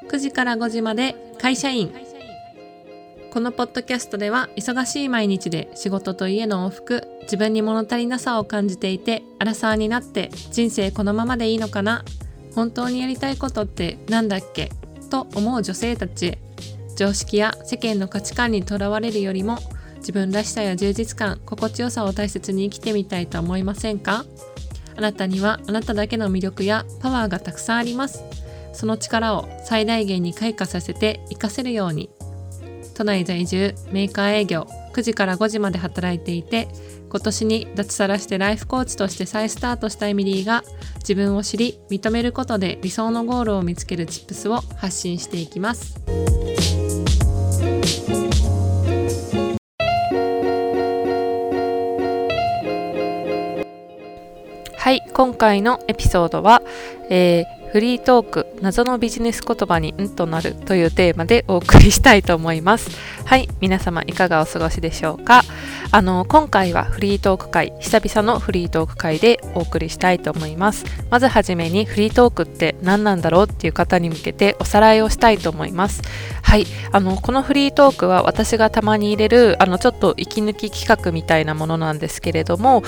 9時から5時まで会社員。このポッドキャストでは忙しい毎日で仕事と家の往復、自分に物足りなさを感じていて、アラサーになって人生このままでいいのかな、本当にやりたいことってなんだっけと思う女性たちへ、常識や世間の価値観にとらわれるよりも自分らしさや充実感、心地よさを大切に生きてみたいと思いませんか？あなたにはあなただけの魅力やパワーがたくさんあります。その力を最大限に開花させて活かせるように、都内在住メーカー営業9時から5時まで働いていて、今年に脱サラしてライフコーチとして再スタートしたエミリーが、自分を知り認めることで理想のゴールを見つけるチップスを発信していきます。はい、今回のエピソードは、フリートーク謎のビジネス言葉にとなるというテーマでお送りしたいと思います。はい、皆様いかがお過ごしでしょうか。今回はフリートーク会、久々のフリートーク会でお送りしたいと思います。まずはじめにフリートークって何なんだろうっていう方に向けておさらいをしたいと思います。はい、このフリートークは私がたまに入れるちょっと息抜き企画みたいなものなんですけれども、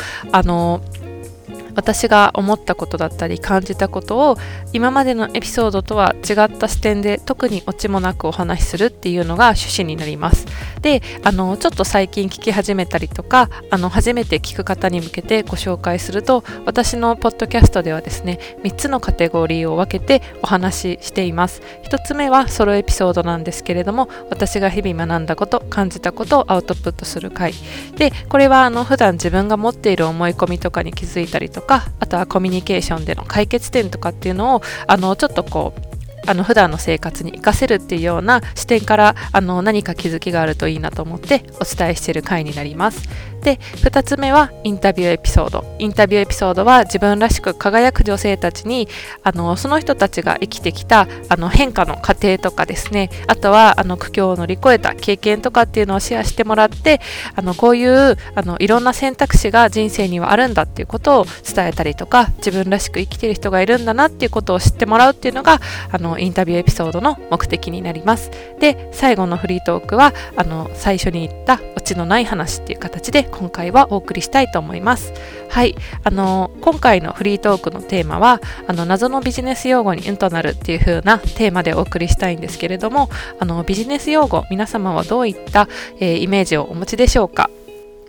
私が思ったことだったり感じたことを今までのエピソードとは違った視点で特にオチもなくお話しするっていうのが趣旨になります。で、ちょっと最近聞き始めたりとか初めて聞く方に向けてご紹介すると、私のポッドキャストではですね3つのカテゴリーを分けてお話ししています。1つ目はソロエピソードなんですけれども、私が日々学んだこと感じたことをアウトプットする回で、これは普段自分が持っている思い込みとかに気づいたりとか、あとはコミュニケーションでの解決点とかっていうのをちょっと普段の生活に活かせるっていうような視点から何か気づきがあるといいなと思ってお伝えしている回になります。で、2つ目はインタビューエピソード。インタビューエピソードは自分らしく輝く女性たちにその人たちが生きてきた変化の過程とかですね、あとは苦境を乗り越えた経験とかっていうのをシェアしてもらって、こういういろんな選択肢が人生にはあるんだっていうことを伝えたりとか、自分らしく生きている人がいるんだなっていうことを知ってもらうっていうのがインタビューエピソードの目的になります。で、最後のフリートークは最初に言ったオチのない話っていう形で今回はお送りしたいと思います。はい、今回のフリートークのテーマは謎のビジネス用語にとなるっていう風なテーマでお送りしたいんですけれども、ビジネス用語、皆様はどういった、イメージをお持ちでしょうか。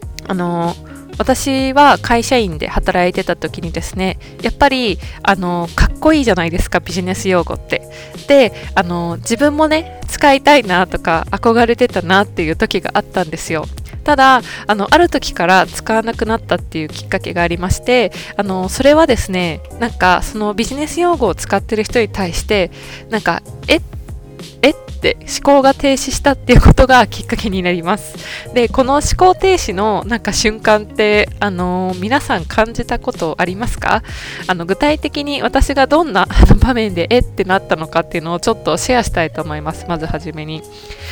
私は会社員で働いてた時にですね、やっぱりかっこいいじゃないですか、ビジネス用語って。で、自分もね使いたいなとか憧れてたなっていう時があったんですよ。ただある時から使わなくなったっていうきっかけがありまして、それはですね、なんかそのビジネス用語を使ってる人に対してなんかって思考が停止したっていうことがきっかけになります。で、この思考停止のなんか瞬間って皆さん感じたことありますか？具体的に私がどんな場面でってなったのかっていうのをちょっとシェアしたいと思います。まずはじめに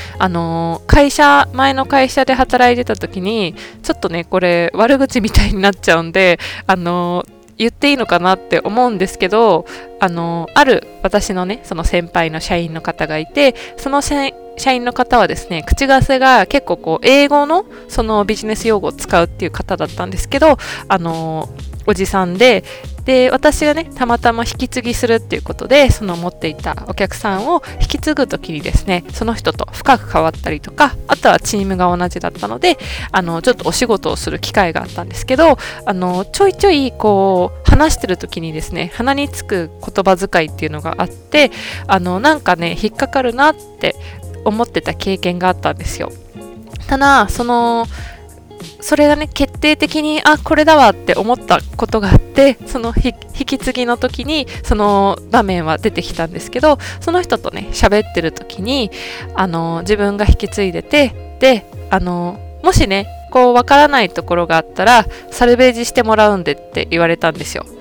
前の会社で働いてた時に、ちょっとねこれ悪口みたいになっちゃうんで言っていいのかなって思うんですけど、ある私のねその先輩の社員の方がいて、その社員の方はですね、口癖が結構英語のそのビジネス用語を使うっていう方だったんですけど、おじさんで、私がねたまたま引き継ぎするっていうことで、その持っていたお客さんを引き継ぐときにですね、その人と深く変わったりとか、あとはチームが同じだったのでちょっとお仕事をする機会があったんですけど、ちょいちょい話してるときにですね、鼻につく言葉遣いっていうのがあって、なんかね引っかかるなって思ってた経験があったんですよ。ただそれがね決定的にこれだわって思ったことがあって、その引き継ぎの時にその場面は出てきたんですけど、その人とね喋ってる時に自分が引き継いでて、でもしねわからないところがあったらサルベージしてもらうんでって言われたんですよ。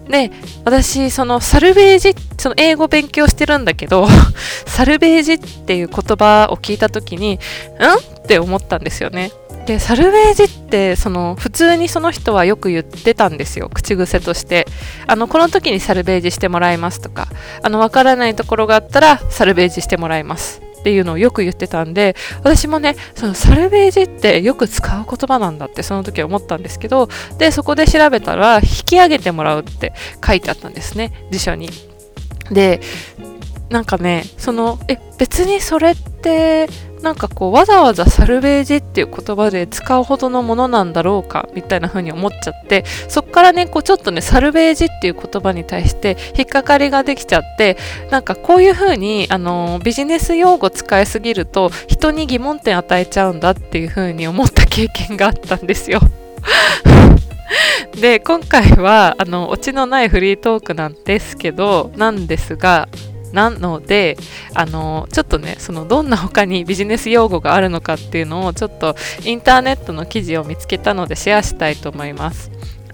で、私そのサルベージ、その英語勉強してるんだけどサルベージっていう言葉を聞いた時にって思ったんですよね。で、サルベージって普通にその人はよく言ってたんですよ、口癖として。この時にサルベージしてもらいますとか、わからないところがあったらサルベージしてもらいますっていうのをよく言ってたんで、私もね、そのサルベージってよく使う言葉なんだってその時は思ったんですけど、でそこで調べたら引き上げてもらうって書いてあったんですね、辞書に。で、なんかね、別にそれってなんかこうわざわざサルベージっていう言葉で使うほどのものなんだろうかみたいな風に思っちゃって、そっからね、こうちょっとね、サルベージっていう言葉に対して引っかかりができちゃって、なんかこういう風にビジネス用語使いすぎると人に疑問点与えちゃうんだっていう風に思った経験があったんですよで、今回はオチのないフリートークなんですがなので、ちょっとね、どんな他にビジネス用語があるのかっていうのをちょっとインターネットの記事を見つけたのでシェアしたいと思います。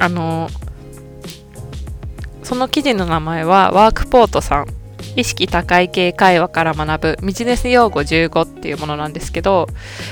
その記事の名前はワークポートさん、意識高い系会話から学ぶビジネス用語15っていうものなんですけど、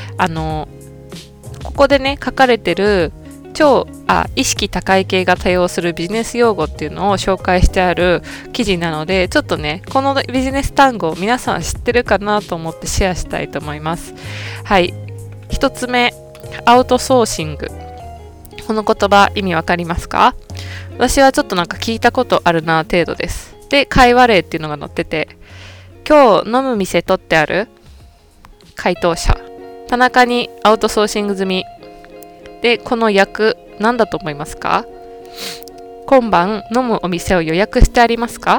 ここでね、書かれてる意識高い系が多用するビジネス用語っていうのを紹介してある記事なので、ちょっとね、このビジネス単語を皆さん知ってるかなと思ってシェアしたいと思います。はい。一つ目、アウトソーシング。この言葉、意味わかりますか？私はちょっとなんか聞いたことあるな程度です。で、会話例っていうのが載ってて、今日飲む店取ってある？回答者。田中にアウトソーシング済み。で、この役、何だと思いますか？今晩飲むお店を予約してありますか？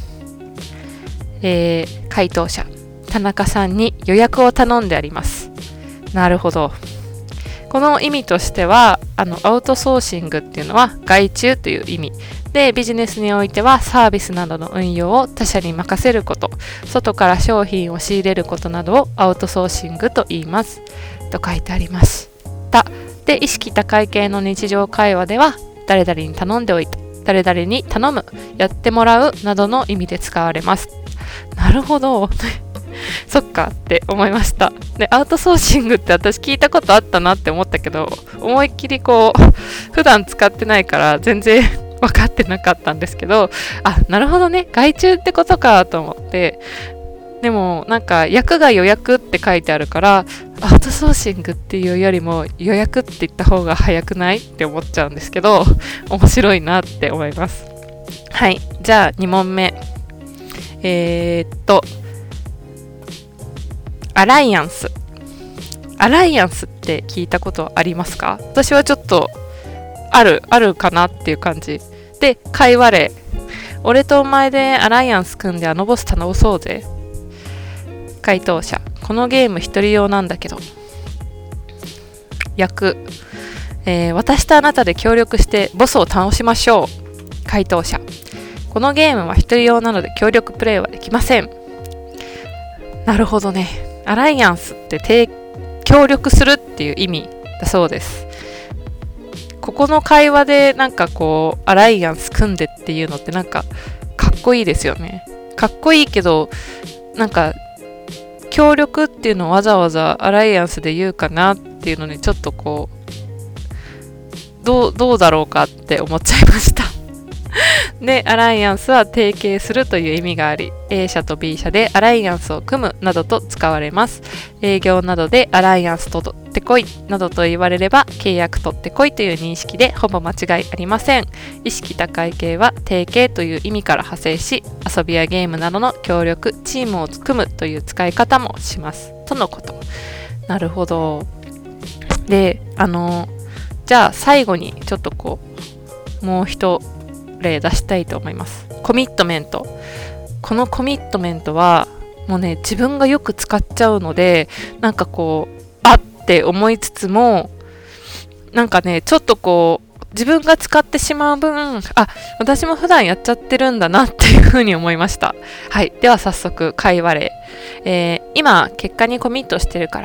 回答者、田中さんに予約を頼んであります。なるほど。この意味としては、アウトソーシングっていうのは外注という意味で、ビジネスにおいてはサービスなどの運用を他社に任せること、外から商品を仕入れることなどをアウトソーシングと言いますと書いてありました。で、意識高い系の日常会話では、誰々に頼んでおいた、誰々に頼む、やってもらうなどの意味で使われます。なるほど。そっかって思いました。で、アウトソーシングって私聞いたことあったなって思ったけど、思いっきり普段使ってないから全然分かってなかったんですけど、なるほどね、外注ってことかと思って、でもなんか役が予約って書いてあるから、アウトソーシングっていうよりも予約って言った方が早くないって思っちゃうんですけど、面白いなって思います。はい、じゃあ2問目。アライアンス。アライアンスって聞いたことありますか？私はちょっとあるかなっていう感じ。で、会話例。俺とお前でアライアンス組んでボス倒そうぜ。回答者、このゲーム一人用なんだけど。役、私とあなたで協力してボスを倒しましょう。回答者、このゲームは一人用なので協力プレイはできません。なるほどね。アライアンスって協力するっていう意味だそうです。ここの会話でなんかアライアンス組んでっていうのってなんかかっこいいですよね。かっこいいけど、なんか協力っていうのをわざわざアライアンスで言うかなっていうのにちょっとどうだろうかって思っちゃいましたで、アライアンスは提携するという意味があり、A 社と B 社でアライアンスを組むなどと使われます。営業などでアライアンス取ってこいなどと言われれば、契約取ってこいという認識でほぼ間違いありません。意識高い系は提携という意味から派生し、遊びやゲームなどの協力、チームを組むという使い方もしますとのこと。なるほど。で、じゃあ最後にちょっともう一例出したいと思います。コミットメント。このコミットメントはもうね、自分がよく使っちゃうので、なんかって思いつつも、なんかね、ちょっと自分が使ってしまう分、私も普段やっちゃってるんだなっていうふうに思いました。はい。では早速会話例。今結果にコミットしてるから。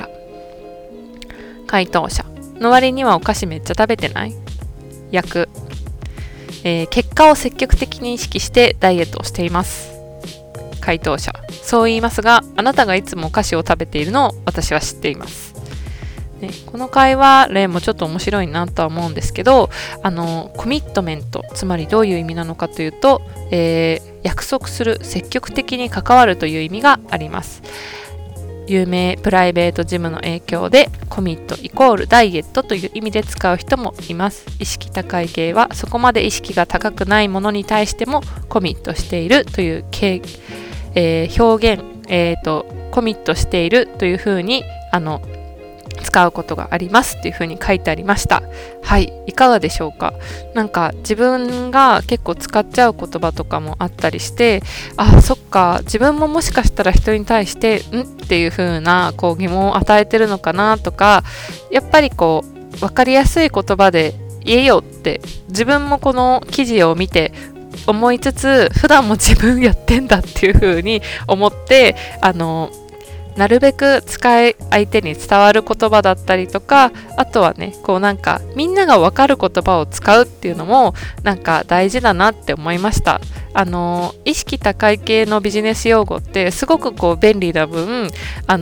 回答者の割にはお菓子めっちゃ食べてない？役、 結果を積極的に意識してダイエットをしています。回答者、そう言いますが、あなたがいつもお菓子を食べているのを私は知っています。この会話例もちょっと面白いなとは思うんですけど、コミットメント、つまりどういう意味なのかというと、約束する、積極的に関わるという意味があります。有名プライベートジムの影響でコミットイコールダイエットという意味で使う人もいます。意識高い系はそこまで意識が高くないものに対してもコミットしているという表現、コミットしているというふうに使うことがありますっていう風に書いてありました。はい、いかがでしょうか。なんか自分が結構使っちゃう言葉とかもあったりして、そっか、自分ももしかしたら人に対してっていう風な疑問を与えてるのかなとか、やっぱり分かりやすい言葉で言えよって自分もこの記事を見て思いつつ、普段も自分やってんだっていう風に思って、なるべく相手に伝わる言葉だったりとか、あとはね、みんなが分かる言葉を使うっていうのも大事だなって思いました。意識高い系のビジネス用語ってすごく便利な分、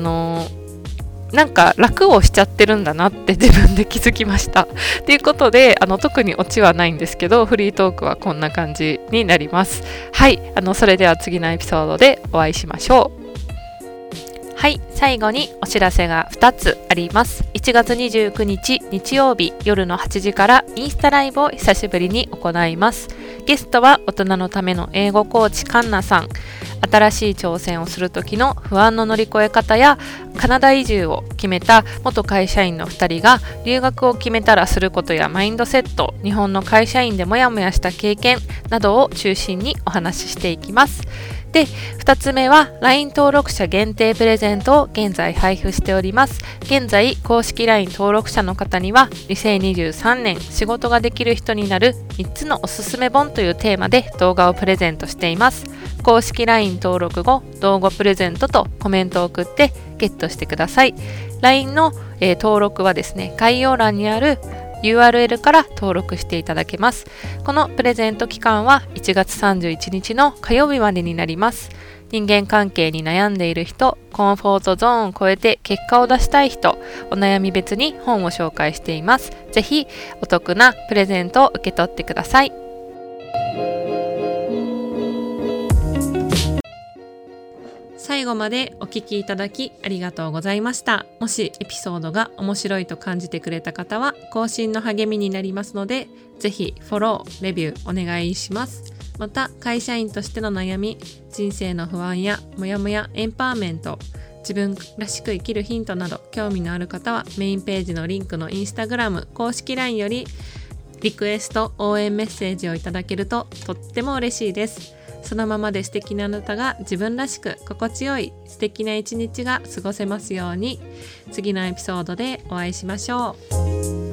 楽をしちゃってるんだなって自分で気づきました。ということで、特にオチはないんですけど、フリートークはこんな感じになります。はい、それでは次のエピソードでお会いしましょう。はい、最後にお知らせが2つあります。1月29日日曜日夜の8時からインスタライブを久しぶりに行います。ゲストは大人のための英語コーチカンナさん。新しい挑戦をする時の不安の乗り越え方やカナダ移住を決めた元会社員の2人が留学を決めたらすることやマインドセット、日本の会社員でモヤモヤした経験などを中心にお話ししていきます。で、2つ目は LINE 登録者限定プレゼントを現在配布しております。現在公式 LINE 登録者の方には2023年仕事ができる人になる3つのおすすめ本というテーマで動画をプレゼントしています。公式 LINE 登録後、動画プレゼントとコメントを送ってゲットしてください。LINE の、登録はですね、概要欄にあるURL から登録していただけます。このプレゼント期間は1月31日の火曜日までになります。人間関係に悩んでいる人、コンフォートゾーンを超えて結果を出したい人、お悩み別に本を紹介しています。ぜひお得なプレゼントを受け取ってください。最後までお聞きいただきありがとうございました。もしエピソードが面白いと感じてくれた方は更新の励みになりますので、ぜひフォロー、レビューお願いします。また会社員としての悩み、人生の不安やモヤモヤ、エンパワーメント、自分らしく生きるヒントなど興味のある方はメインページのリンクのインスタグラム公式 LINE よりリクエスト、応援メッセージをいただけるととっても嬉しいです。そのままで素敵なあなたが自分らしく心地よい素敵な一日が過ごせますように。次のエピソードでお会いしましょう。